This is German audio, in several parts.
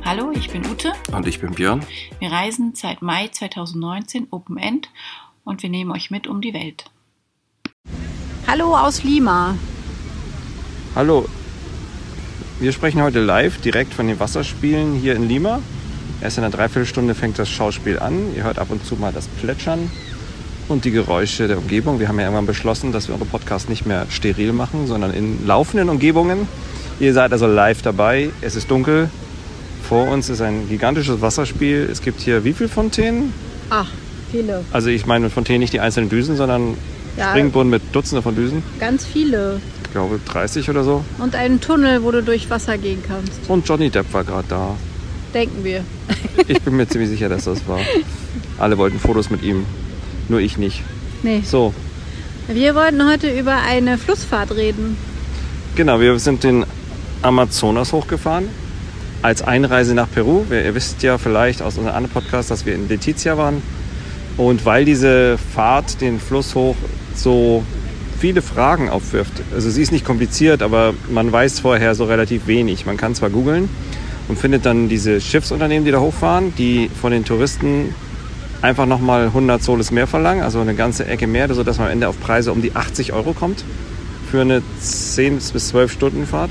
Hallo, ich bin Ute. Und ich bin Björn. Wir reisen seit Mai 2019 Open End und wir nehmen euch mit um die Welt. Hallo aus Lima. Hallo. Wir sprechen heute live direkt von den Wasserspielen hier in Lima. Erst in einer Dreiviertelstunde fängt das Schauspiel an. Ihr hört ab und zu mal das Plätschern und die Geräusche der Umgebung. Wir haben ja irgendwann beschlossen, dass wir unsere Podcasts nicht mehr steril machen, sondern in laufenden Umgebungen. Ihr seid also live dabei. Es ist dunkel. Vor uns ist ein gigantisches Wasserspiel. Es gibt hier wie viele Fontänen? Ach, viele. Also ich meine Fontänen nicht die einzelnen Düsen, sondern Springbrunnen mit Dutzenden von Düsen. Ganz viele. Ich glaube 30 oder so. Und einen Tunnel, wo du durch Wasser gehen kannst. Und Johnny Depp war gerade da. Denken wir. Ich bin mir ziemlich sicher, dass das war. Alle wollten Fotos mit ihm. Nur ich nicht. Nee. So. Wir wollten heute über eine Flussfahrt reden. Genau, wir sind den Amazonas hochgefahren. Als Einreise nach Peru. Ihr wisst ja vielleicht aus unserem anderen Podcast, dass wir in Letizia waren. Und weil diese Fahrt den Fluss hoch so viele Fragen aufwirft. Also sie ist nicht kompliziert, aber man weiß vorher so relativ wenig. Man kann zwar googeln und findet dann diese Schiffsunternehmen, die da hochfahren, die von den Touristen einfach nochmal 100 Soles mehr verlangen, also eine ganze Ecke mehr, sodass man am Ende auf Preise um die 80 € kommt für eine 10 bis 12 Stunden Fahrt.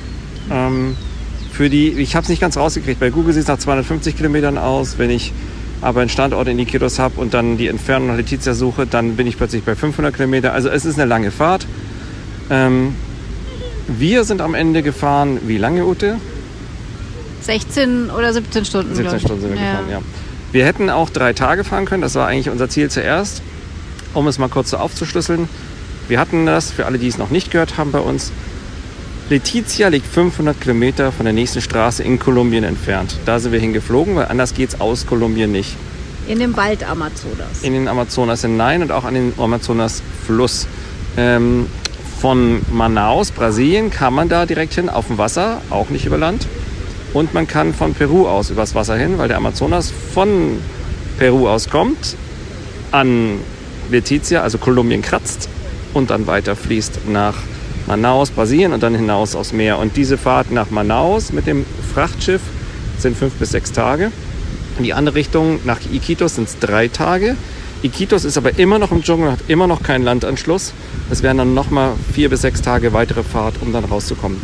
Ich habe es nicht ganz rausgekriegt. Bei Google sieht es nach 250 Kilometern aus. Wenn ich aber einen Standort in Iquitos habe und dann die Entfernung nach Letizia suche, dann bin ich plötzlich bei 500 Kilometer. Also es ist eine lange Fahrt. Wir sind am Ende gefahren, wie lange, Ute? 16 oder 17 Stunden. 17 Stunden sind wir gefahren, ja. Wir hätten auch 3 Tage fahren können. Das war eigentlich unser Ziel zuerst. Um es mal kurz so aufzuschlüsseln. Wir hatten das, für alle, die es noch nicht gehört haben bei uns, Letizia liegt 500 Kilometer von der nächsten Straße in Kolumbien entfernt. Da sind wir hingeflogen, weil anders geht es aus Kolumbien nicht. In den Wald Amazonas. In den Amazonas hinein und auch an den Amazonas-Fluss. Von Manaus, Brasilien, kann man da direkt hin, auf dem Wasser, auch nicht über Land. Und man kann von Peru aus übers Wasser hin, weil der Amazonas von Peru aus kommt, an Letizia, also Kolumbien kratzt und dann weiter fließt nach Manaus, Brasilien und dann hinaus aufs Meer. Und diese Fahrt nach Manaus mit dem Frachtschiff sind 5 bis 6 Tage. In die andere Richtung, nach Iquitos, sind es 3 Tage. Iquitos ist aber immer noch im Dschungel und hat immer noch keinen Landanschluss. Es wären dann nochmal 4 bis 6 Tage weitere Fahrt, um dann rauszukommen.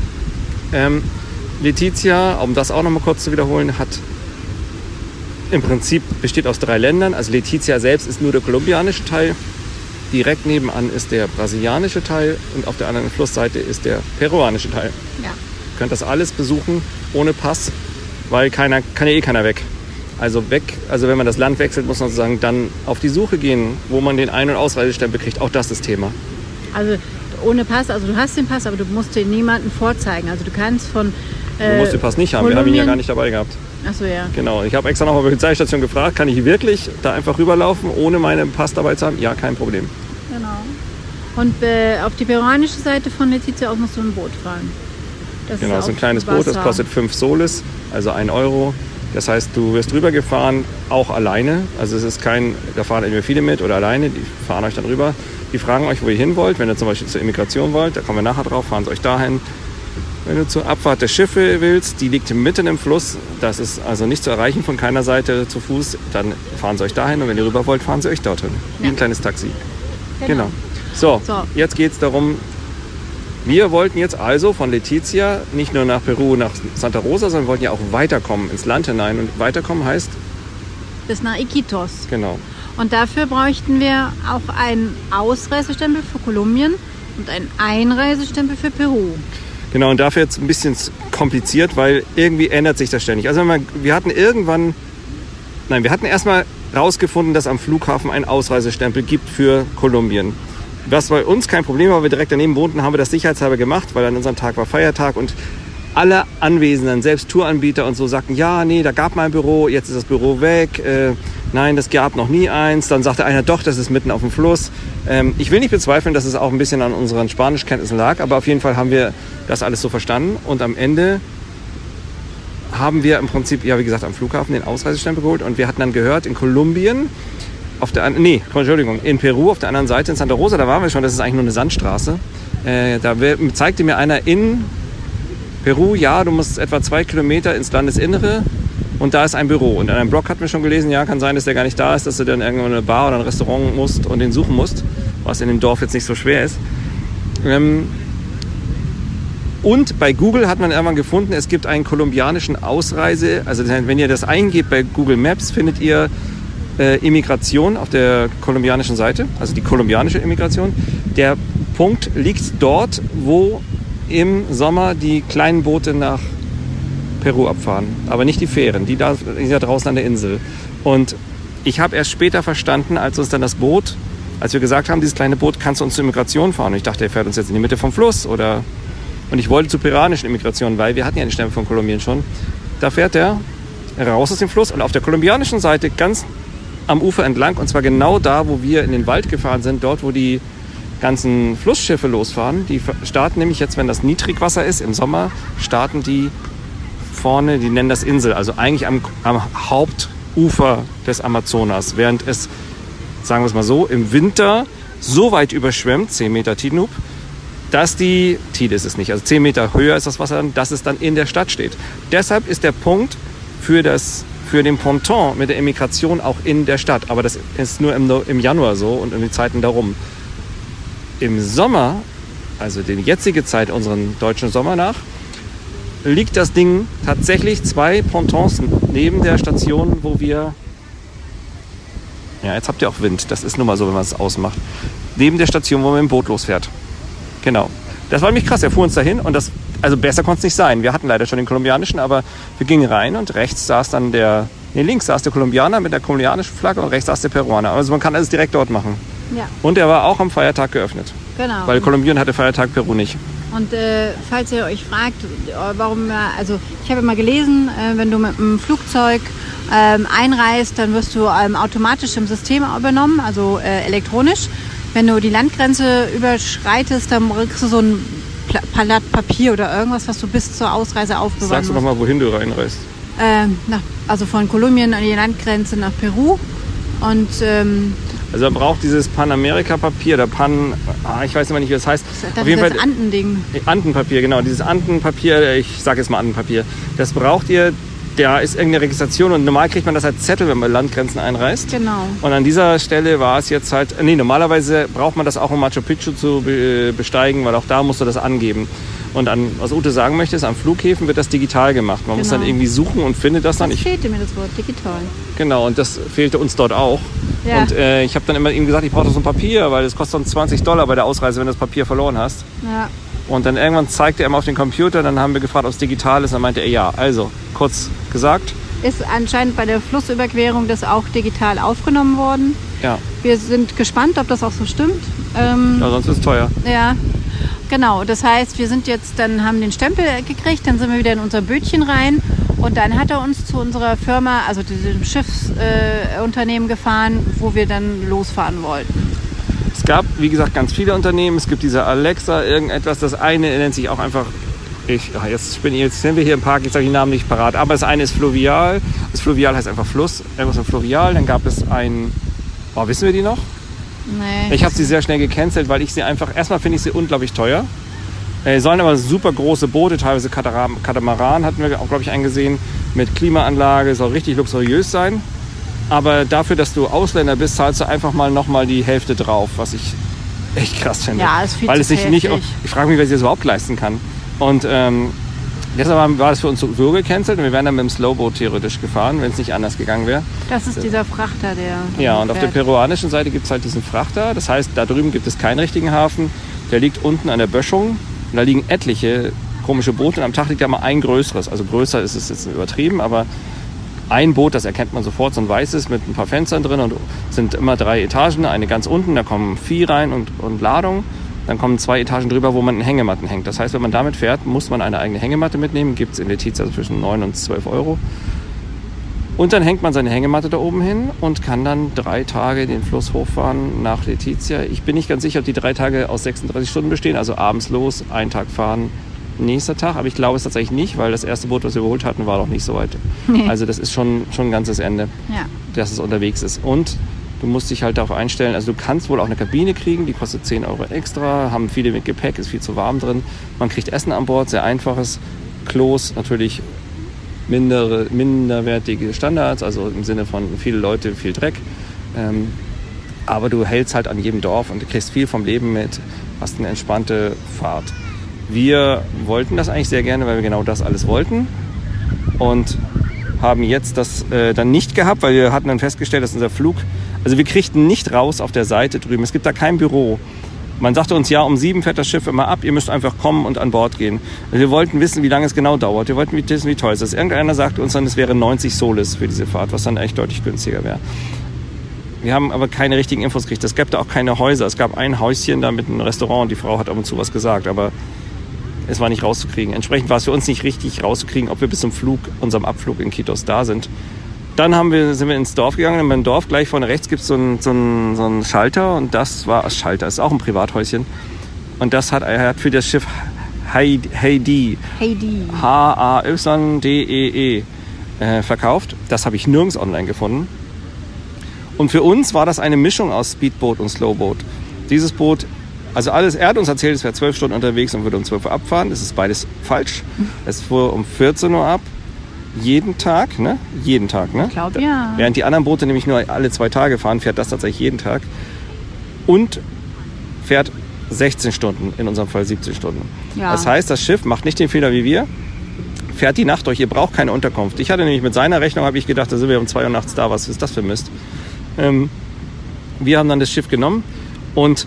Letizia, um das auch nochmal kurz zu wiederholen, im Prinzip besteht aus 3 Ländern. Also Letizia selbst ist nur der kolumbianische Teil. Direkt nebenan ist der brasilianische Teil und auf der anderen Flussseite ist der peruanische Teil. Ja. Ihr könnt das alles besuchen ohne Pass, weil kann ja eh keiner weg. Also wenn man das Land wechselt, muss man sozusagen dann auf die Suche gehen, wo man den Ein- und Ausreisestempel kriegt. Auch das ist Thema. Also ohne Pass, also du hast den Pass, aber du musst den niemandem vorzeigen. Also du kannst von du musst den Pass nicht haben, wir haben ihn ja gar nicht dabei gehabt. Achso, ja. Genau, ich habe extra noch bei der Polizeistation gefragt, kann ich wirklich da einfach rüberlaufen, ohne meinen Pass dabei zu haben? Ja, kein Problem. Genau. Und auf die peruanische Seite von Letizia aus musst du ein Boot fahren. Das ist ein kleines Boot, das kostet 5 Soles, also 1 €. Das heißt, du wirst rübergefahren, auch alleine. Also es ist da fahren entweder viele mit oder alleine, die fahren euch dann rüber. Die fragen euch, wo ihr hin wollt. Wenn ihr zum Beispiel zur Immigration wollt, da kommen wir nachher drauf, fahren sie euch dahin. Wenn du zur Abfahrt der Schiffe willst, die liegt mitten im Fluss, das ist also nicht zu erreichen von keiner Seite zu Fuß, dann fahren sie euch dahin und wenn ihr rüber wollt, fahren sie euch dorthin. Wie ein kleines Taxi. Genau. So, jetzt geht es darum, wir wollten jetzt also von Letizia nicht nur nach Peru, nach Santa Rosa, sondern wollten ja auch weiterkommen ins Land hinein. Und weiterkommen heißt? Bis nach Iquitos. Genau. Und dafür bräuchten wir auch einen Ausreisestempel für Kolumbien und einen Einreisestempel für Peru. Genau, und dafür jetzt ein bisschen kompliziert, weil irgendwie ändert sich das ständig. Also wir hatten erstmal rausgefunden, dass am Flughafen einen Ausreisestempel gibt für Kolumbien. Was bei uns kein Problem war, weil wir direkt daneben wohnten, haben wir das sicherheitshalber gemacht, weil an unserem Tag war Feiertag und alle Anwesenden, selbst Touranbieter und so, sagten, ja, nee, da gab mal ein Büro, jetzt ist das Büro weg, nein, das gab noch nie eins. Dann sagte einer, doch, das ist mitten auf dem Fluss. Ich will nicht bezweifeln, dass es auch ein bisschen an unseren Spanischkenntnissen lag, aber auf jeden Fall haben wir das alles so verstanden und am Ende haben wir im Prinzip, ja, wie gesagt, am Flughafen den Ausreisestempel geholt und wir hatten dann gehört, in Kolumbien, in Peru auf der anderen Seite, in Santa Rosa, da waren wir schon, das ist eigentlich nur eine Sandstraße. Da zeigte mir einer in Peru, ja, du musst etwa 2 Kilometer ins Landesinnere und da ist ein Büro. Und in einem Blog hatten wir schon gelesen, ja, kann sein, dass der gar nicht da ist, dass du dann irgendwann in eine Bar oder ein Restaurant musst und den suchen musst, was in dem Dorf jetzt nicht so schwer ist. Und bei Google hat man irgendwann gefunden, es gibt einen kolumbianischen Ausreise, also wenn ihr das eingebt bei Google Maps, findet ihr Immigration auf der kolumbianischen Seite, also die kolumbianische Immigration. Der Punkt liegt dort, wo im Sommer die kleinen Boote nach Peru abfahren, aber nicht die Fähren, die da draußen an der Insel. Und ich habe erst später verstanden, als uns dann das Boot, als wir gesagt haben, dieses kleine Boot kannst du uns zur Immigration fahren. Und ich dachte, er fährt uns jetzt in die Mitte vom Fluss oder... Und ich wollte zur peruanischen Immigration, weil wir hatten ja eine Stempel von Kolumbien schon. Da fährt er raus aus dem Fluss und auf der kolumbianischen Seite ganz am Ufer entlang, und zwar genau da, wo wir in den Wald gefahren sind, dort, wo die ganzen Flussschiffe losfahren. Die starten nämlich jetzt, wenn das Niedrigwasser ist, im Sommer, starten die vorne, die nennen das Insel, also eigentlich am Hauptufer des Amazonas, während es, sagen wir es mal so, im Winter so weit überschwemmt, 10 Meter Tidnub, dass die Tide ist es nicht, also 10 Meter höher ist das Wasser dann, dass es dann in der Stadt steht. Deshalb ist der Punkt für den Ponton mit der Immigration auch in der Stadt. Aber das ist nur im Januar so und in den Zeiten darum. Im Sommer, also die jetzige Zeit, unseren deutschen Sommer nach, liegt das Ding tatsächlich 2 Pontons neben der Station, wo wir... Ja, jetzt habt ihr auch Wind. Das ist nun mal so, wenn man es ausmacht. Neben der Station, wo man im Boot losfährt. Genau. Das war nämlich krass. Er fuhr uns dahin und also besser konnte es nicht sein. Wir hatten leider schon den kolumbianischen, aber wir gingen rein und links saß der Kolumbianer mit der kolumbianischen Flagge und rechts saß der Peruaner. Also man kann alles direkt dort machen. Ja. Und er war auch am Feiertag geöffnet. Genau. Weil Kolumbien hatte Feiertag, Peru nicht. Und falls ihr euch fragt, warum, also ich habe immer gelesen, wenn du mit einem Flugzeug einreist, dann wirst du automatisch im System übernommen, also elektronisch. Wenn du die Landgrenze überschreitest, dann kriegst du so ein Blatt Papier oder irgendwas, was du bis zur Ausreise aufbewahren Sagst du noch mal, wohin du reinreist? Also von Kolumbien an die Landgrenze nach Peru. Und also er braucht dieses Panamerika-Papier, ich weiß immer nicht, wie das heißt. Das auf jeden das Fall Andending. Andenpapier, genau. Dieses Andenpapier, ich sage jetzt mal Andenpapier, das braucht ihr. Da ist irgendeine Registration und normal kriegt man das als Zettel, wenn man Landgrenzen einreist. Genau. Und an dieser Stelle war es jetzt halt, normalerweise braucht man das auch, um Machu Picchu zu besteigen, weil auch da musst du das angeben. Und was Ute sagen möchte, ist, am Flughäfen wird das digital gemacht. Man muss dann irgendwie suchen und findet das dann. Das fehlte mir das Wort, digital. Genau, und das fehlte uns dort auch. Ja. Und ich habe dann immer ihm gesagt, ich brauche so ein Papier, weil das kostet uns $20 bei der Ausreise, wenn du das Papier verloren hast. Ja. Und dann irgendwann zeigte er mal auf den Computer, dann haben wir gefragt, ob es digital ist. Dann meinte er, ja. Also, kurz gesagt. Ist anscheinend bei der Flussüberquerung das auch digital aufgenommen worden. Ja. Wir sind gespannt, ob das auch so stimmt. Ja, sonst ist es teuer. Ja, genau. Das heißt, wir haben den Stempel gekriegt, dann sind wir wieder in unser Bötchen rein. Und dann hat er uns zu unserer Firma, also diesem Schiffsunternehmen gefahren, wo wir dann losfahren wollten. Es gab, wie gesagt, ganz viele Unternehmen. Es gibt diese Alexa, irgendetwas. Das eine nennt sich auch einfach... Jetzt sind wir hier im Park, jetzt habe ich den Namen nicht parat. Aber das eine ist Fluvial. Das Fluvial heißt einfach Fluss. Irgendwas mit Fluvial. Dann gab es wissen wir die noch? Nee. Ich habe sie sehr schnell gecancelt, weil ich sie einfach... Erstmal finde ich sie unglaublich teuer. Sollen aber super große Boote, teilweise Katamaran hatten wir auch, glaube ich, eingesehen. Mit Klimaanlage, soll richtig luxuriös sein. Aber dafür, dass du Ausländer bist, zahlst du einfach mal nochmal die Hälfte drauf, was ich echt krass finde. Ja, ist viel weil zu es sich heftig. Ich frage mich, wer sich das überhaupt leisten kann. Und deshalb war das für uns so gecancelt und wir wären dann mit dem Slowboat theoretisch gefahren, wenn es nicht anders gegangen wäre. Das ist dieser Frachter, der... Ja, und auf der peruanischen Seite gibt es halt diesen Frachter. Das heißt, da drüben gibt es keinen richtigen Hafen. Der liegt unten an der Böschung. Und da liegen etliche komische Boote und am Tag liegt da mal ein größeres. Also größer ist es jetzt übertrieben, aber ein Boot, das erkennt man sofort, so ein weißes mit ein paar Fenstern drin und sind immer 3 Etagen. Eine ganz unten, da kommen Vieh rein und Ladung. Dann kommen 2 Etagen drüber, wo man in Hängematten hängt. Das heißt, wenn man damit fährt, muss man eine eigene Hängematte mitnehmen. Gibt es in Letizia zwischen 9 und 12 Euro. Und dann hängt man seine Hängematte da oben hin und kann dann 3 Tage den Fluss hochfahren nach Letizia. Ich bin nicht ganz sicher, ob die 3 Tage aus 36 Stunden bestehen. Also abends los, 1 Tag fahren, nächster Tag. Aber ich glaube es tatsächlich nicht, weil das erste Boot, was wir überholt hatten, war noch nicht so weit. Nee. Also das ist schon ein ganzes Ende, dass es unterwegs ist. Und du musst dich halt darauf einstellen, also du kannst wohl auch eine Kabine kriegen, die kostet 10 Euro extra, haben viele mit Gepäck, ist viel zu warm drin. Man kriegt Essen an Bord, sehr einfaches, Klos natürlich minderwertige Standards, also im Sinne von viele Leute, viel Dreck. Aber du hältst halt an jedem Dorf und du kriegst viel vom Leben mit, hast eine entspannte Fahrt. Wir wollten das eigentlich sehr gerne, weil wir genau das alles wollten und haben jetzt das dann nicht gehabt, weil wir hatten dann festgestellt, dass unser Flug, also wir kriegten nicht raus auf der Seite drüben, es gibt da kein Büro. Man sagte uns, ja, um 7 fährt das Schiff immer ab, ihr müsst einfach kommen und an Bord gehen. Wir wollten wissen, wie lange es genau dauert, wir wollten wissen, wie teuer es ist. Irgendeiner sagte uns dann, es wäre 90 Soles für diese Fahrt, was dann echt deutlich günstiger wäre. Wir haben aber keine richtigen Infos gekriegt, es gab da auch keine Häuser. Es gab ein Häuschen da mit einem Restaurant und die Frau hat ab und zu was gesagt, aber es war nicht rauszukriegen. Entsprechend war es für uns nicht richtig rauszukriegen, ob wir bis zum Flug, unserem Abflug in Iquitos da sind. Dann sind wir ins Dorf gegangen und beim Dorf gleich vorne rechts gibt es so einen Schalter und das war ein Schalter, ist auch ein Privathäuschen. Und das hat für das Schiff Haydee Haydee verkauft. Das habe ich nirgends online gefunden. Und für uns war das eine Mischung aus Speedboot und Slowboot. Dieses Boot, also er hat uns erzählt, es wäre 12 Stunden unterwegs und würde um 12 Uhr abfahren. Das ist beides falsch. Es fuhr um 14 Uhr ab. Jeden Tag, ne? Jeden Tag, ne? Ich glaube, ja. Während die anderen Boote nämlich nur alle 2 Tage fahren, fährt das tatsächlich jeden Tag. Und fährt 16 Stunden, in unserem Fall 17 Stunden. Ja. Das heißt, das Schiff macht nicht den Fehler wie wir, fährt die Nacht durch, ihr braucht keine Unterkunft. Ich hatte nämlich mit seiner Rechnung, habe ich gedacht, da sind wir um 2 Uhr nachts da, was ist das für Mist? Wir haben dann das Schiff genommen und...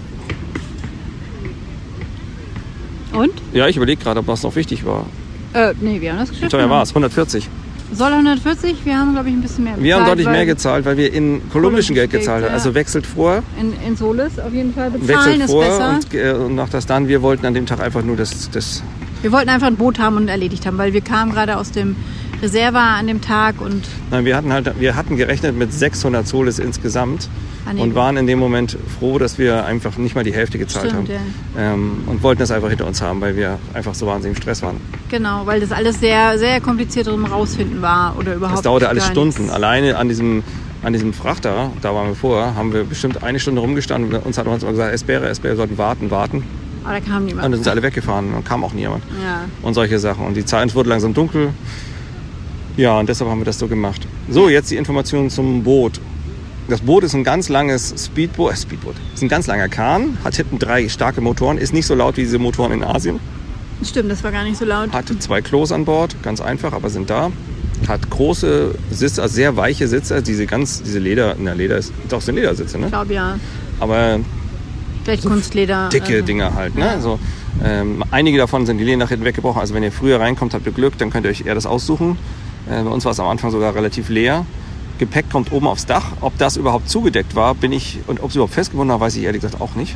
Ja, ich überlege gerade, ob das noch wichtig war. Nee, wir haben das Schiff. Wie teuer war es? 140. Soll 140? Wir haben, glaube ich, ein bisschen mehr bezahlt. Wir haben deutlich mehr gezahlt, weil wir in kolumbischen Geld gezahlt haben. Ja. Also wechselt vor. In Soles auf jeden Fall bezahlen wechselt ist vor besser. Und nach das dann. Wir wollten an dem Tag einfach nur das... Wir wollten einfach ein Boot haben und erledigt haben, weil wir kamen gerade aus dem Reserva an dem Tag und... Nein, wir hatten gerechnet mit 600 Soles insgesamt und waren in dem Moment froh, dass wir einfach nicht mal die Hälfte gezahlt haben. Ja. Und wollten das einfach hinter uns haben, weil wir einfach so wahnsinnig im Stress waren. Genau, weil das alles sehr, sehr kompliziert rausfinden war oder überhaupt. Das dauerte alles Stunden. Alleine an diesem Frachter, da waren wir vorher, haben wir bestimmt 1 Stunde rumgestanden. Uns hat man gesagt, Espere, wir sollten warten. Aber da kam niemand. Und dann sind alle weggefahren und kam auch niemand. Ja. Und solche Sachen. Und die Zeit wurde langsam dunkel. Ja, und deshalb haben wir das so gemacht. So, jetzt die Informationen zum Boot. Das Boot ist ein ganz langes Speedboot. Ist ein ganz langer Kahn, hat hinten 3 starke Motoren, ist nicht so laut wie diese Motoren in Asien. Stimmt, das war gar nicht so laut. Hat 2 Klos an Bord, ganz einfach, aber sind da. Hat große Sitze, also sehr weiche Sitze, diese Leder, sind Ledersitze, ne? Ich glaube, ja. Aber vielleicht so Kunstleder. Dicke Dinger halt, ne? Ja. So, einige davon sind die Lehnen nach hinten weggebrochen. Also wenn ihr früher reinkommt, habt ihr Glück, dann könnt ihr euch eher das aussuchen. Bei uns war es am Anfang sogar relativ leer. Gepäck kommt oben aufs Dach. Ob das überhaupt zugedeckt war, und ob es überhaupt festgebunden war, weiß ich ehrlich gesagt auch nicht.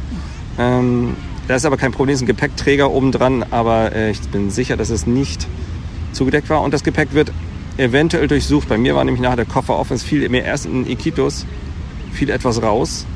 Da ist aber kein Problem, es ist ein Gepäckträger oben dran, aber ich bin sicher, dass es nicht zugedeckt war. Und das Gepäck wird eventuell durchsucht. Bei mir war nämlich nachher der Koffer offen. Es fiel mir erst in Iquitos etwas raus,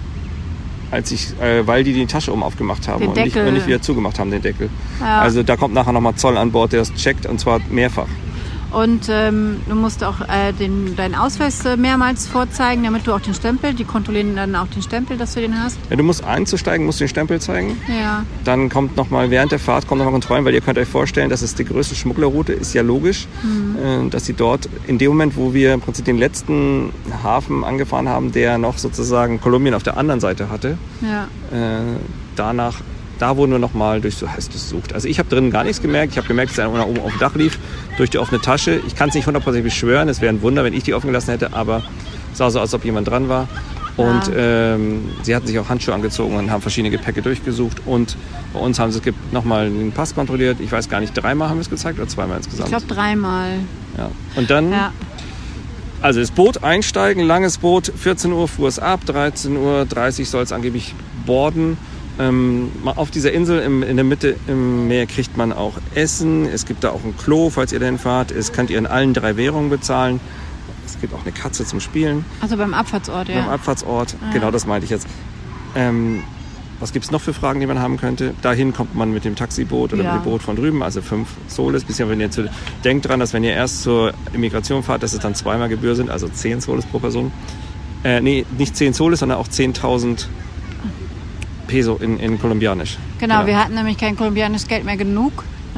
weil die Tasche oben aufgemacht haben und nicht wieder zugemacht haben, den Deckel. Ja. Also da kommt nachher nochmal Zoll an Bord, der das checkt, und zwar mehrfach. Und du musst auch deinen Ausweis mehrmals vorzeigen, damit du auch den Stempel, die kontrollieren dann auch den Stempel, dass du den hast. Ja, du musst einzusteigen, musst den Stempel zeigen. Ja. Dann kommt nochmal während der Fahrt Kontrollen, weil ihr könnt euch vorstellen, das ist die größte Schmugglerroute, ist ja logisch, dass sie dort in dem Moment, wo wir im Prinzip den letzten Hafen angefahren haben, der noch sozusagen Kolumbien auf der anderen Seite hatte, da wurden wir nochmal durchsucht. Also ich habe drinnen gar nichts gemerkt. Ich habe gemerkt, dass einer oben auf dem Dach lief, durch die offene Tasche. Ich kann es nicht 100% beschwören. Es wäre ein Wunder, wenn ich die offen gelassen hätte, aber es sah so aus, als ob jemand dran war. Und sie hatten sich auch Handschuhe angezogen und haben verschiedene Gepäcke durchgesucht. Und bei uns haben sie nochmal den Pass kontrolliert. Ich weiß gar nicht, 3-mal haben wir es gezeigt oder 2-mal insgesamt? Ich glaube 3-mal. Ja. Und dann... Ja. Also das Boot einsteigen, langes Boot, 14 Uhr fuhr es ab, 13:30 Uhr soll es angeblich borden. Auf dieser Insel in der Mitte im Meer kriegt man auch Essen. Es gibt da auch ein Klo, falls ihr dahin fahrt. Es könnt ihr in allen 3 Währungen bezahlen. Es gibt auch eine Katze zum Spielen. Also beim Abfahrtsort, ja. Beim Abfahrtsort, genau das meinte ich jetzt. Was gibt es noch für Fragen, die man haben könnte? Dahin kommt man mit dem Taxiboot oder mit dem Boot von drüben, also 5 Soles. Wenn ihr denkt dran, dass wenn ihr erst zur Immigration fahrt, dass es dann 2-mal Gebühr sind, also 10 Soles pro Person. Nee, nicht 10 Soles, sondern auch 10.000 Peso in kolumbianisch. Genau, wir hatten nämlich kein kolumbianisches Geld mehr genug.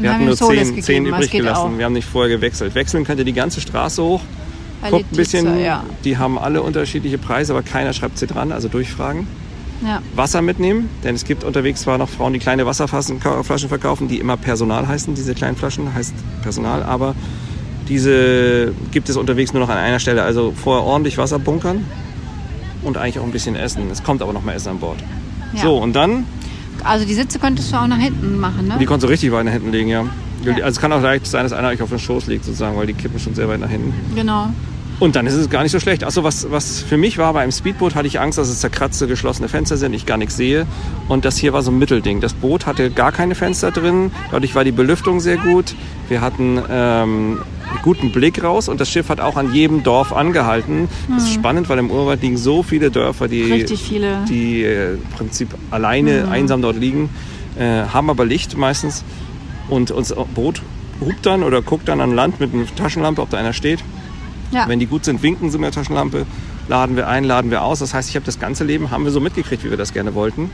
Und Wir haben hatten nur ihm Soles 10 gegeben, das übrig geht gelassen. auch. Wir haben nicht vorher gewechselt. Wechseln könnt ihr die ganze Straße hoch. Bei Guckt ein bisschen, Letizia, ja. die haben alle unterschiedliche Preise, aber keiner schreibt sie dran, also durchfragen. Ja. Wasser mitnehmen, denn es gibt unterwegs zwar noch Frauen, die kleine Wasserflaschen verkaufen, die immer Personal heißen, diese kleinen Flaschen heißt Personal, aber diese gibt es unterwegs nur noch an einer Stelle. Also vorher ordentlich Wasser bunkern und eigentlich auch ein bisschen essen. Es kommt aber noch mehr Essen an Bord. Ja. So, und dann, Also die Sitze könntest du auch nach hinten machen, ne? die konntest du richtig weit nach hinten legen, ja. Ja. Also es kann auch leicht sein, dass einer euch auf den Schoß liegt sozusagen, weil die kippen schon sehr weit nach hinten. Genau. Und dann ist es gar nicht so schlecht. Achso, was für mich war, bei einem Speedboot hatte ich Angst, dass es zerkratzte, geschlossene Fenster sind, ich gar nichts sehe. Und das hier war so ein Mittelding. Das Boot hatte gar keine Fenster drin, dadurch war die Belüftung sehr gut. Wir hatten einen guten Blick raus und das Schiff hat auch an jedem Dorf angehalten. Das ist spannend, weil im Urwald liegen so viele Dörfer, Richtig viele. die im Prinzip alleine einsam dort liegen, haben aber Licht meistens. Und unser Boot hupt dann oder guckt dann an Land mit einer Taschenlampe, ob da einer steht. Ja. Wenn die gut sind, winken sie mit der Taschenlampe, laden wir ein, laden wir aus. Das heißt, ich habe das ganze Leben, haben wir so mitgekriegt, wie wir das gerne wollten.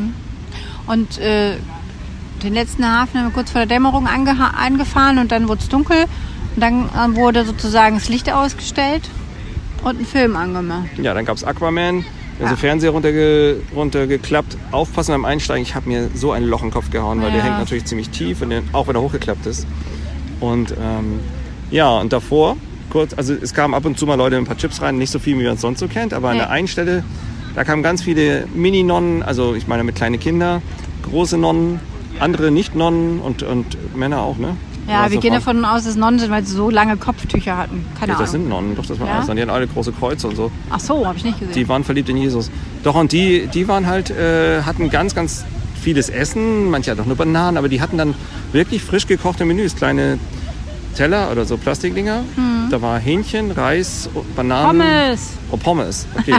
Und den letzten Hafen haben wir kurz vor der Dämmerung angefahren und dann wurde es dunkel. Und dann wurde sozusagen das Licht ausgestellt und ein Film angemacht. Ja, dann gab es Aquaman, der Fernseher runtergeklappt. Aufpassen beim Einsteigen, ich habe mir so ein Loch im Kopf gehauen, weil der hängt natürlich ziemlich tief, auch wenn er hochgeklappt ist. Und und davor, kurz, also es kamen ab und zu mal Leute mit ein paar Chips rein, nicht so viel, wie man es sonst so kennt, aber an der einen Stelle, da kamen ganz viele Mini-Nonnen, also ich meine mit kleinen Kindern, große Nonnen, andere Nicht-Nonnen und Männer auch, ne? Ja, wir gehen davon aus, dass Nonnen sind, weil sie so lange Kopftücher hatten. Keine Ahnung. Das sind Nonnen, doch, das waren alles Nonnen. Die hatten alle große Kreuze und so. Ach so, habe ich nicht gesehen. Die waren verliebt in Jesus. Doch, und die waren halt, hatten ganz, ganz vieles Essen. Manche hatten auch nur Bananen, aber die hatten dann wirklich frisch gekochte Menüs. Kleine Teller oder so Plastikdinger. Da war Hähnchen, Reis, Bananen. Pommes. Oh, Pommes. Okay.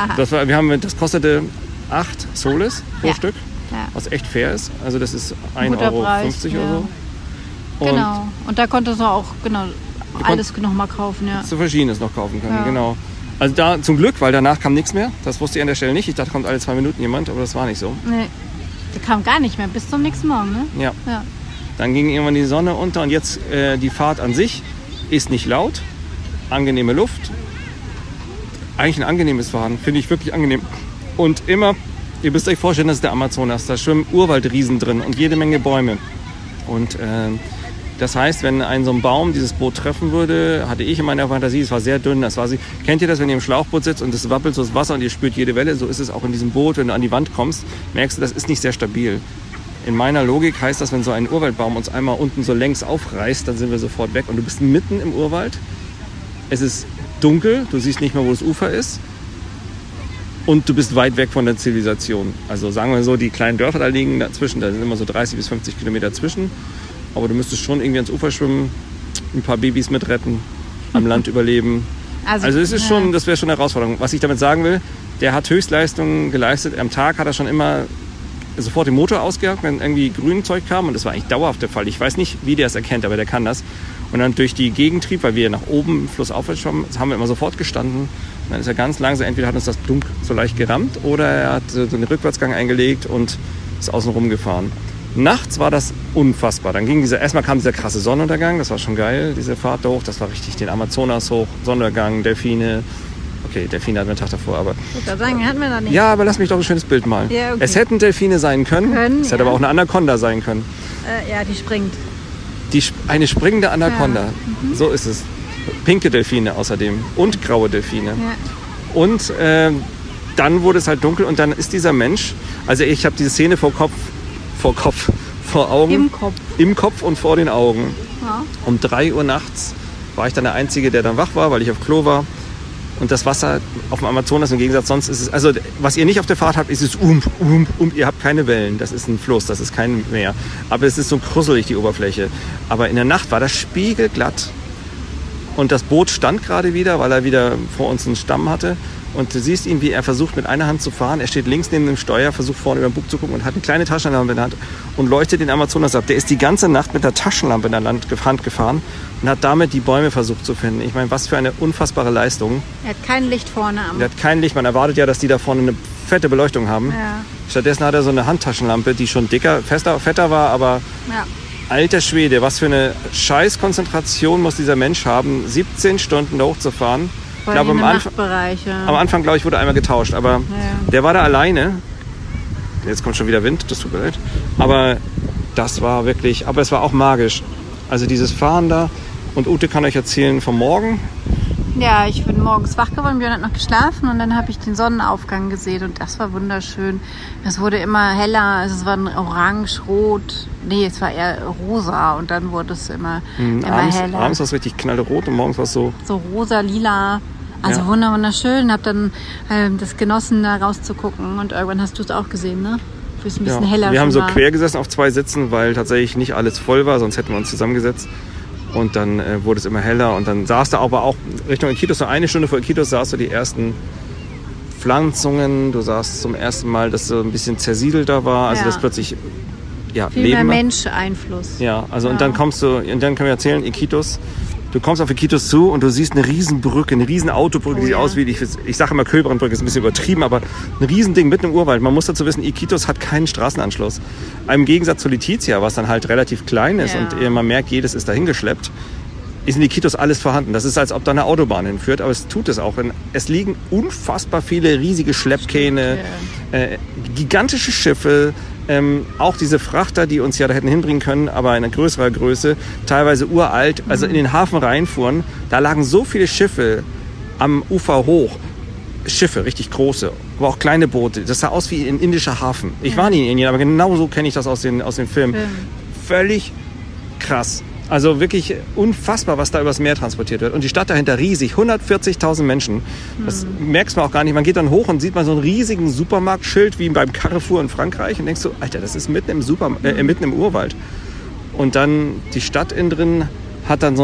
Das kostete 8 Soles pro Stück, was echt fair ist. Also das ist 1,50 Euro oder so. Und genau. Und da konntest du auch alles nochmal kaufen, ja. zu Verschiedenes noch kaufen können, Ja. genau. Also da zum Glück, weil danach kam nichts mehr. Das wusste ich an der Stelle nicht. Ich dachte, kommt alle 2 Minuten jemand, aber das war nicht so. Nee, der kam gar nicht mehr, bis zum nächsten Morgen, ne? Ja. Ja. Dann ging irgendwann die Sonne unter und jetzt die Fahrt an sich ist nicht laut, angenehme Luft. Eigentlich ein angenehmes Fahren, finde ich wirklich angenehm. Und immer, ihr müsst euch vorstellen, das ist der Amazonas, da schwimmen Urwaldriesen drin und jede Menge Bäume. Und das heißt, wenn so ein Baum dieses Boot treffen würde, hatte ich in meiner Fantasie, es war sehr dünn. Kennt ihr das, wenn ihr im Schlauchboot sitzt und es wappelt so das Wasser und ihr spürt jede Welle? So ist es auch in diesem Boot, wenn du an die Wand kommst, merkst du, das ist nicht sehr stabil. In meiner Logik heißt das, wenn so ein Urwaldbaum uns einmal unten so längs aufreißt, dann sind wir sofort weg. Und du bist mitten im Urwald. Es ist dunkel, du siehst nicht mehr, wo das Ufer ist. Und du bist weit weg von der Zivilisation. Also sagen wir so, die kleinen Dörfer da liegen dazwischen, da sind immer so 30 bis 50 Kilometer zwischen. Aber du müsstest schon irgendwie ans Ufer schwimmen, ein paar Babys mitretten, am Land überleben. Also es ist schon, das wäre schon eine Herausforderung. Was ich damit sagen will, der hat Höchstleistungen geleistet. Am Tag hat er schon immer sofort den Motor ausgehakt, wenn irgendwie Grünzeug kam. Und das war eigentlich dauerhaft der Fall. Ich weiß nicht, wie der es erkennt, aber der kann das. Und dann durch die Gegentrieb, weil wir nach oben flussaufwärts schwammen, haben wir immer sofort gestanden. Und dann ist er ganz langsam, entweder hat uns das Dunk so leicht gerammt oder er hat so einen Rückwärtsgang eingelegt und ist außen rum gefahren. Nachts war das unfassbar. Dann erstmal kam dieser krasse Sonnenuntergang, das war schon geil, diese Fahrt da hoch, das war richtig den Amazonas hoch, Sonnenuntergang, Delfine. Okay, Delfine hatten wir einen Tag davor, aber... Ich würde sagen, hatten wir da nicht. Ja, aber lass mich doch ein schönes Bild malen. Ja, okay. Es hätten Delfine sein können, es hätte aber auch eine Anaconda sein können. Ja, die springt. Eine springende Anaconda, so ist es. Pinke Delfine außerdem und graue Delfine. Ja. Und dann wurde es halt dunkel und dann ist dieser Mensch, also ich habe diese Szene vor Augen. Im Kopf und vor den Augen. Ja. Um 3 Uhr nachts war ich dann der Einzige, der dann wach war, weil ich auf Klo war. Und das Wasser auf dem Amazonas im Gegensatz, sonst ist es, also was ihr nicht auf der Fahrt habt, ist es ihr habt keine Wellen, das ist ein Fluss, das ist kein Meer. Aber es ist so krüsselig, die Oberfläche. Aber in der Nacht war das spiegelglatt. Und das Boot stand gerade wieder, weil er wieder vor uns einen Stamm hatte. Und du siehst ihn, wie er versucht, mit einer Hand zu fahren. Er steht links neben dem Steuer, versucht vorne über den Bug zu gucken und hat eine kleine Taschenlampe in der Hand und leuchtet den Amazonas ab. Der ist die ganze Nacht mit der Taschenlampe in der Hand gefahren und hat damit die Bäume versucht zu finden. Ich meine, was für eine unfassbare Leistung. Er hat kein Licht vorne am... Er hat kein Licht. Man erwartet ja, dass die da vorne eine fette Beleuchtung haben. Ja. Stattdessen hat er so eine Handtaschenlampe, die schon fetter war, aber alter Schwede, was für eine Scheißkonzentration muss dieser Mensch haben, 17 Stunden da hochzufahren. Vor allem im Nachtbereich. Ja. Am Anfang, glaube ich, wurde einmal getauscht, aber der war da alleine. Jetzt kommt schon wieder Wind, das tut mir leid. Aber das war wirklich, aber es war auch magisch. Also dieses Fahren da. Und Ute kann euch erzählen vom Morgen. Ja, ich bin morgens wach geworden, Björn hat noch geschlafen und dann habe ich den Sonnenaufgang gesehen und das war wunderschön. Es wurde immer heller, also es war orange, rot, es war eher rosa und dann wurde es immer heller. Abends war es richtig knallrot und morgens war es so rosa, lila. Also wunderschön. Hab dann das genossen, da rauszugucken und irgendwann hast du es auch gesehen, ne? Wo es ein bisschen heller Wir haben so war. quer gesessen auf 2 Sitzen, weil tatsächlich nicht alles voll war, sonst hätten wir uns zusammengesetzt. Und dann wurde es immer heller und dann saß da aber auch Richtung Iquitos, so 1 Stunde vor Iquitos sahst du die ersten Pflanzungen. Du sahst zum ersten Mal, dass so ein bisschen zersiedelter war, also dass plötzlich viel Leben mehr Mensch-Einfluss. Ja, also und dann kommst du, und dann können wir erzählen, Iquitos. Du kommst auf Iquitos zu und du siehst eine Riesenbrücke, eine Riesenautogrücke, die sieht aus wie, ich sage immer Kölbrandbrücke, ist ein bisschen übertrieben, aber ein Riesending mitten im Urwald. Man muss dazu wissen, Iquitos hat keinen Straßenanschluss. Im Gegensatz zu Letizia, was dann halt relativ klein ist und man merkt, jedes ist dahin geschleppt, ist in Iquitos alles vorhanden. Das ist, als ob da eine Autobahn hinführt, aber es tut es auch. Es liegen unfassbar viele riesige Schleppkähne, gigantische Schiffe, auch diese Frachter, die uns ja da hätten hinbringen können, aber in einer größerer Größe, teilweise uralt, also in den Hafen reinfuhren, da lagen so viele Schiffe am Ufer hoch. Schiffe, richtig große, aber auch kleine Boote. Das sah aus wie ein indischer Hafen. Ich war nie in Indien, aber genau so kenne ich das aus den Filmen. Völlig krass. Also wirklich unfassbar, was da übers Meer transportiert wird. Und die Stadt dahinter riesig, 140.000 Menschen. Das merkst du auch gar nicht. Man geht dann hoch und sieht mal so einen riesigen Supermarktschild wie beim Carrefour in Frankreich und denkst so, Alter, das ist mitten im Urwald. Und dann die Stadt innen drin hat dann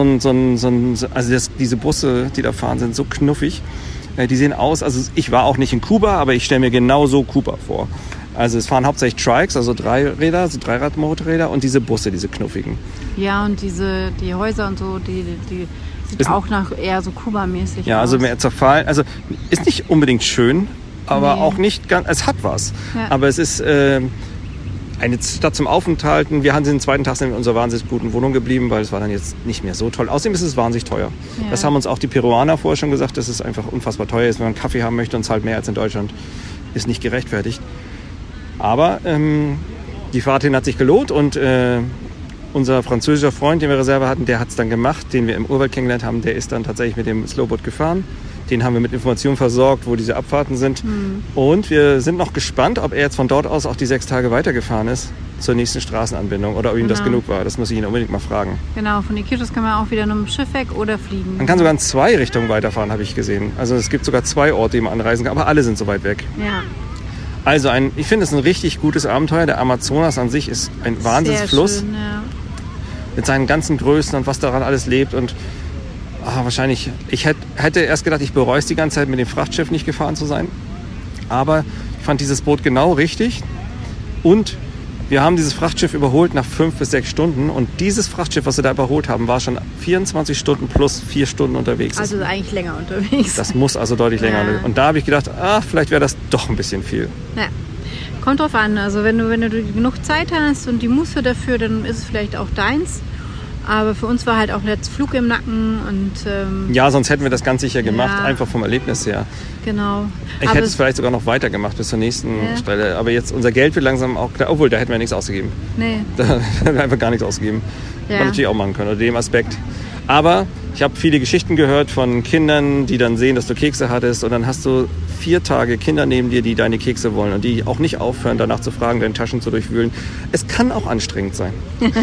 diese Busse, die da fahren, sind so knuffig. Die sehen aus, also ich war auch nicht in Kuba, aber ich stelle mir genau so Kuba vor. Also es fahren hauptsächlich Trikes, also Dreiräder, so Dreiradmotorräder und diese Busse, diese knuffigen. Ja, und die Häuser und so, die sieht auch nach eher so Kuba-mäßig aus. Ja, also mehr zerfallen. Also ist nicht unbedingt schön, aber auch nicht ganz, es hat was. Ja. Aber es ist eine Stadt zum Aufenthalten. Wir sind den zweiten Tag in unserer wahnsinnig guten Wohnung geblieben, weil es war dann jetzt nicht mehr so toll. Außerdem ist es wahnsinnig teuer. Ja. Das haben uns auch die Peruaner vorher schon gesagt, dass es einfach unfassbar teuer ist. Wenn man einen Kaffee haben möchte und zahlt mehr als in Deutschland, ist nicht gerechtfertigt. Aber die Fahrt hin hat sich gelohnt und unser französischer Freund, den wir Reserve hatten, der hat es dann gemacht, den wir im Urwald kennengelernt haben, der ist dann tatsächlich mit dem Slowboat gefahren. Den haben wir mit Informationen versorgt, wo diese Abfahrten sind. Und wir sind noch gespannt, ob er jetzt von dort aus auch die 6 Tage weitergefahren ist zur nächsten Straßenanbindung oder ob ihm das genug war. Das muss ich ihn unbedingt mal fragen. Genau, von Iquitos kann man auch wieder nur mit dem Schiff weg oder fliegen. Man kann sogar in 2 Richtungen weiterfahren, habe ich gesehen. Also es gibt sogar 2 Orte, die man anreisen kann, aber alle sind so weit weg. Ja. Also ich finde es ein richtig gutes Abenteuer. Der Amazonas an sich ist ein Wahnsinnsfluss. Sehr schön, ja. Mit seinen ganzen Größen und was daran alles lebt. Und wahrscheinlich, ich hätte erst gedacht, ich bereue es die ganze Zeit, mit dem Frachtschiff nicht gefahren zu sein. Aber ich fand dieses Boot genau richtig. Und wir haben dieses Frachtschiff überholt nach 5 bis 6 Stunden. Und dieses Frachtschiff, was wir da überholt haben, war schon 24 Stunden plus 4 Stunden unterwegs. Also eigentlich länger unterwegs. Das muss also deutlich länger unterwegs. Und da habe ich gedacht, vielleicht wäre das doch ein bisschen viel. Ja. Kommt drauf an. Also wenn du genug Zeit hast und die Muße dafür, dann ist es vielleicht auch deins. Aber für uns war halt auch ein letzter Flug im Nacken. Und, ja, sonst hätten wir das ganz sicher gemacht, einfach vom Erlebnis her. Genau. Ich hätte es vielleicht sogar noch weitergemacht bis zur nächsten Stelle. Aber jetzt, unser Geld wird langsam auch klar. Obwohl, da hätten wir nichts ausgegeben. Nee. Da hätten wir einfach gar nichts ausgegeben. Ja. Man natürlich auch machen können, unter dem Aspekt. Aber ich habe viele Geschichten gehört von Kindern, die dann sehen, dass du Kekse hattest. Und dann hast du 4 Tage Kinder neben dir, die deine Kekse wollen und die auch nicht aufhören, danach zu fragen, deine Taschen zu durchwühlen. Es kann auch anstrengend sein.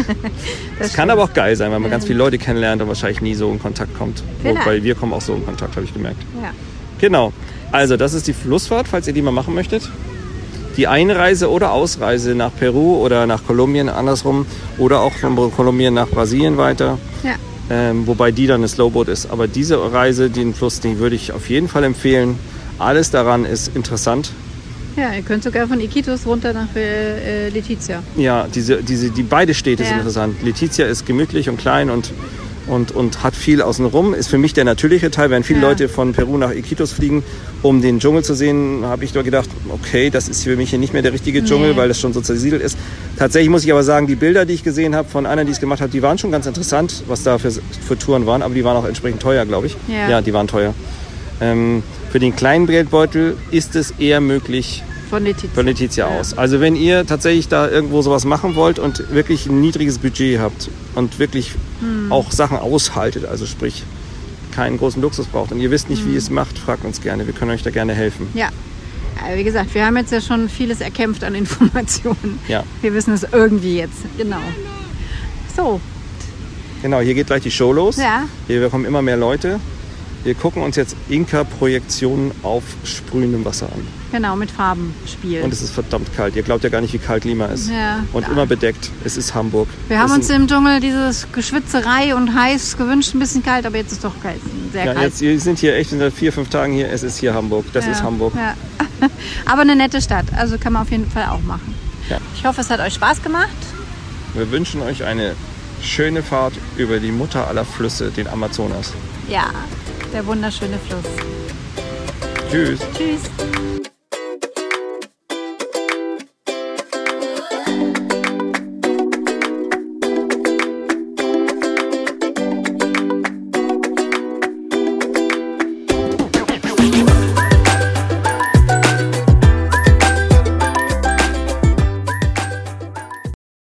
Es kann aber auch geil sein, weil man ganz viele Leute kennenlernt und wahrscheinlich nie so in Kontakt kommt. Weil wir kommen auch so in Kontakt, habe ich gemerkt. Ja. Genau. Also das ist die Flussfahrt, falls ihr die mal machen möchtet. Die Einreise oder Ausreise nach Peru oder nach Kolumbien andersrum oder auch von Kolumbien nach Brasilien weiter. Ja. Wobei die dann eine Slowboat ist. Aber diese Reise, den Fluss, die würde ich auf jeden Fall empfehlen. Alles daran ist interessant. Ja, ihr könnt sogar von Iquitos runter nach Letizia. Ja, die beide Städte sind interessant. Letizia ist gemütlich und klein und und hat viel außenrum. Ist für mich der natürliche Teil. Wenn viele Leute von Peru nach Iquitos fliegen, um den Dschungel zu sehen, habe ich doch gedacht, okay, das ist für mich hier nicht mehr der richtige Dschungel, weil das schon so zersiedelt ist. Tatsächlich muss ich aber sagen, die Bilder, die ich gesehen habe von anderen, die es gemacht haben, die waren schon ganz interessant, was da für Touren waren, aber die waren auch entsprechend teuer, glaube ich. Ja, die waren teuer. Für den kleinen Geldbeutel ist es eher möglich von Letizia aus. Also wenn ihr tatsächlich da irgendwo sowas machen wollt und wirklich ein niedriges Budget habt und wirklich auch Sachen aushaltet, also sprich keinen großen Luxus braucht und ihr wisst nicht, wie ihr es macht, fragt uns gerne. Wir können euch da gerne helfen. Ja, wie gesagt, wir haben jetzt ja schon vieles erkämpft an Informationen. Ja. Wir wissen es irgendwie jetzt, genau. So. Genau, hier geht gleich die Show los. Ja. Hier kommen immer mehr Leute. Wir gucken uns jetzt Inka-Projektionen auf sprühendem Wasser an. Genau, mit Farbenspiel. Und es ist verdammt kalt. Ihr glaubt ja gar nicht, wie kalt Lima ist. Ja. Und immer bedeckt. Es ist Hamburg. Wir haben uns im Dschungel dieses Geschwitzerei und heiß gewünscht, ein bisschen kalt, aber jetzt ist doch kalt, sehr kalt. Wir sind hier echt in 4-5 Tagen hier. Es ist hier Hamburg. Das ist Hamburg. Ja. Aber eine nette Stadt, also kann man auf jeden Fall auch machen. Ja. Ich hoffe, es hat euch Spaß gemacht. Wir wünschen euch eine schöne Fahrt über die Mutter aller Flüsse, den Amazonas. Ja, der wunderschöne Fluss. Tschüss. Tschüss.